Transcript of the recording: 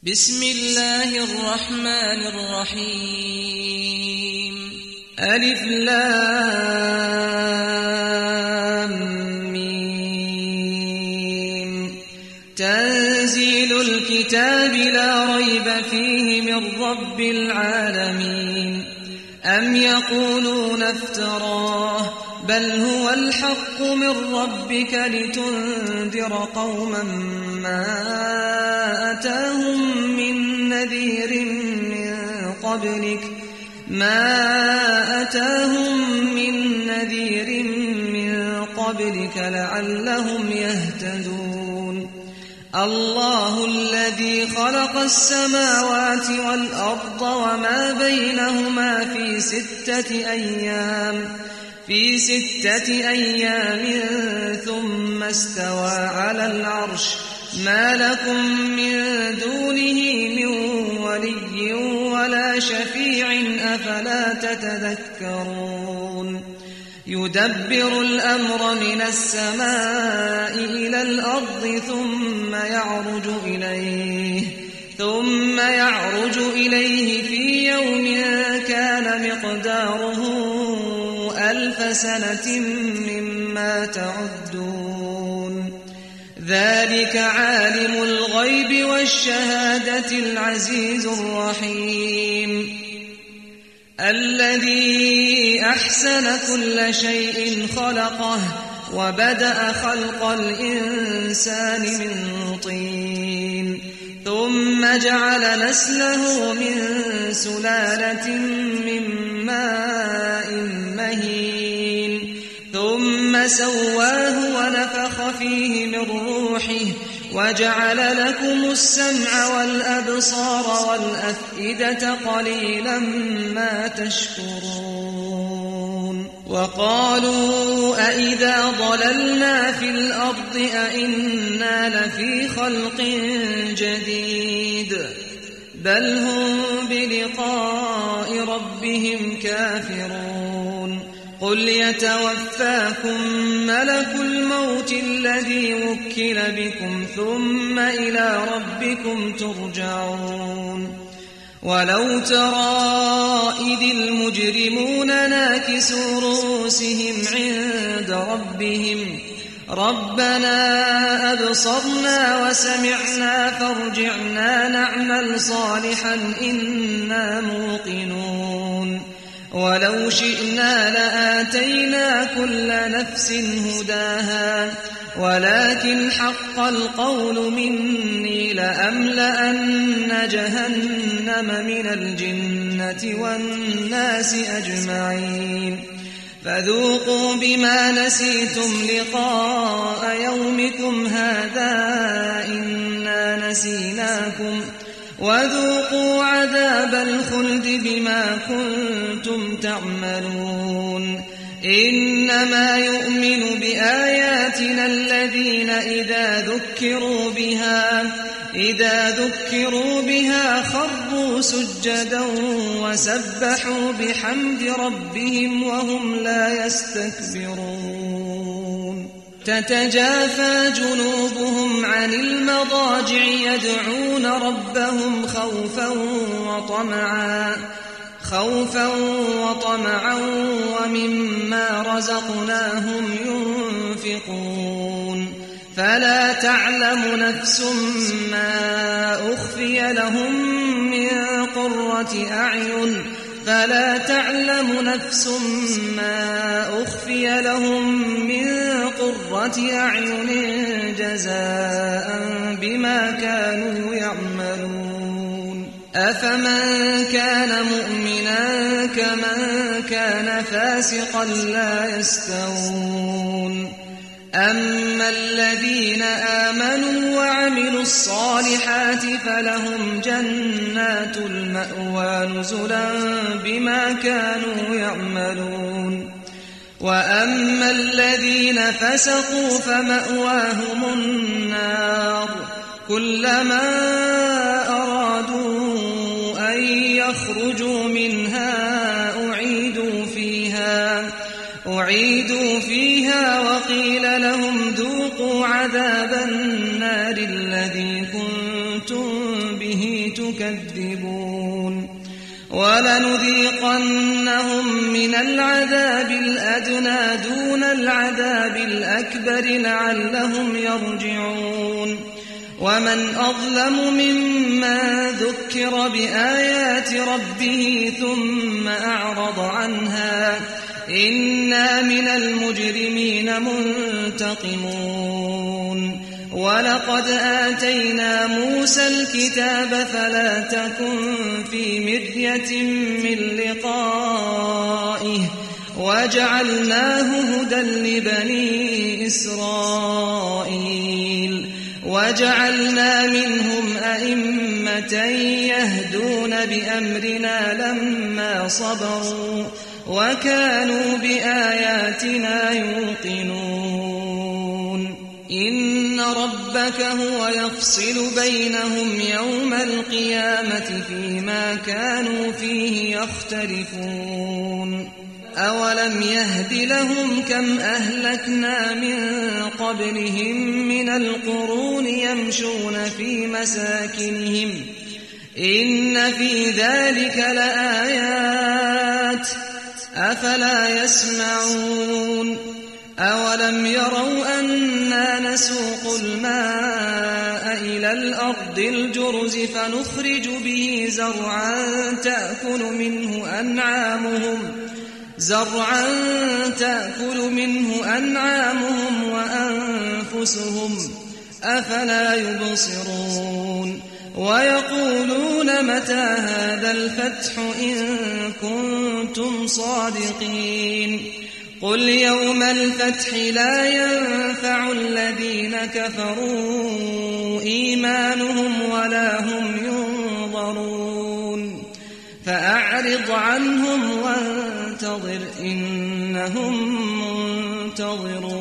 بسم الله الرحمن الرحيم ألف لام ميم تنزيل الكتاب لا ريب فيه من رب العالمين أم يقولون افتراه بل هو الحق من ربك لتنذر قوما ما أتاهم من نذير من قبلك لعلهم يهتدون الله الذي خلق السماوات والأرض وما بينهما في 6 أيام ثم استوى على العرش ما لكم من دونه من ولي ولا شفيع أفلا تتذكرون يدبر الأمر من السماء إلى الأرض ثم يعرج إليه في يوم كان مقداره 1000 سنة مما تعدون ذلك عالم الغيب والشهادة العزيز الرحيم الذي أحسن كل شيء خلقه وبدأ خلق الإنسان من طين ثم جعل نسله من سلالة من ماء مهين ثم سواه ونفخ فيه من روحه وجعل لكم السمع والأبصار والأفئدة قليلا ما تشكرون وقالوا أئذا ضللنا في الأرض أئنا لفي خلق جديد بل هم بلقاء ربهم كافرون قل يتوفاكم ملك الموت الذي وكل بكم ثم إلى ربكم ترجعون ولو ترى إذ المجرمون ناكسوا رؤوسهم عند ربهم ربنا أبصرنا وسمعنا فارجعنا نعمل صالحا إنا موقنون ولو شئنا لآتينا كل نفس هداها ولكن حق القول مني لأملأن جهنم من الجنة والناس أجمعين فذوقوا بما نسيتم لقاء يومكم هذا إنا نسيناكم وذوقوا عذاب الخلد بما كنتم تعملون إنما يؤمن بآياتنا الذين إذا ذكروا بها خروا سجدا وسبحوا بحمد ربهم وهم لا يستكبرون تتجافى جنوبهم عن المضاجع يدعون ربهم خوفا وطمعا ومما رزقناهم ينفقون فلا تعلم نفس ما أخفي لهم من قرة أعين جزاء بما كانوا يعملون أفمن كان مؤمنا كمن كان فاسقا لا يستوون أما الذين آمنوا وعملوا الصالحات فلهم جنات المأوى نزلا بما كانوا يعملون وأما الذين فسقوا فمأواهم النار كلما أرادوا أن يخرجوا منها أعيدوا فيها وقيل لهم ذوقوا عذاب النار الذي كنتم به يكذبون ولنذيقنهم من العذاب الأدنى دون العذاب الأكبر لعلهم يرجعون ومن أظلم ممن ذكر بآيات ربه ثم أعرض عنها إنا من المجرمين منتقمون ولقد آتينا موسى الكتاب فلا تكن في مرية من لقائه وجعلناه هدى لبني إسرائيل وجعلنا منهم أئمة يهدون بأمرنا لما صبروا وكانوا بآياتنا يوقنون إن ربك هو يفصل بينهم يوم القيامة فيما كانوا فيه يختلفون أولم يهد لهم كم أهلكنا من قبلهم من القرون يمشون في مساكنهم إن في ذلك لآيات أفلا يسمعون أولم يروا أنا نسوق الماء إلى الأرض الجرز فنخرج به زرعا تأكل منه أنعامهم وأنفسهم أفلا يبصرون ويقولون متى هذا الفتح إن كنتم صادقين قل يوم الفتح لا ينفع الذين كفروا إيمانهم ولا هم ينظرون فأعرض عنهم وانتظر إنهم منتظرون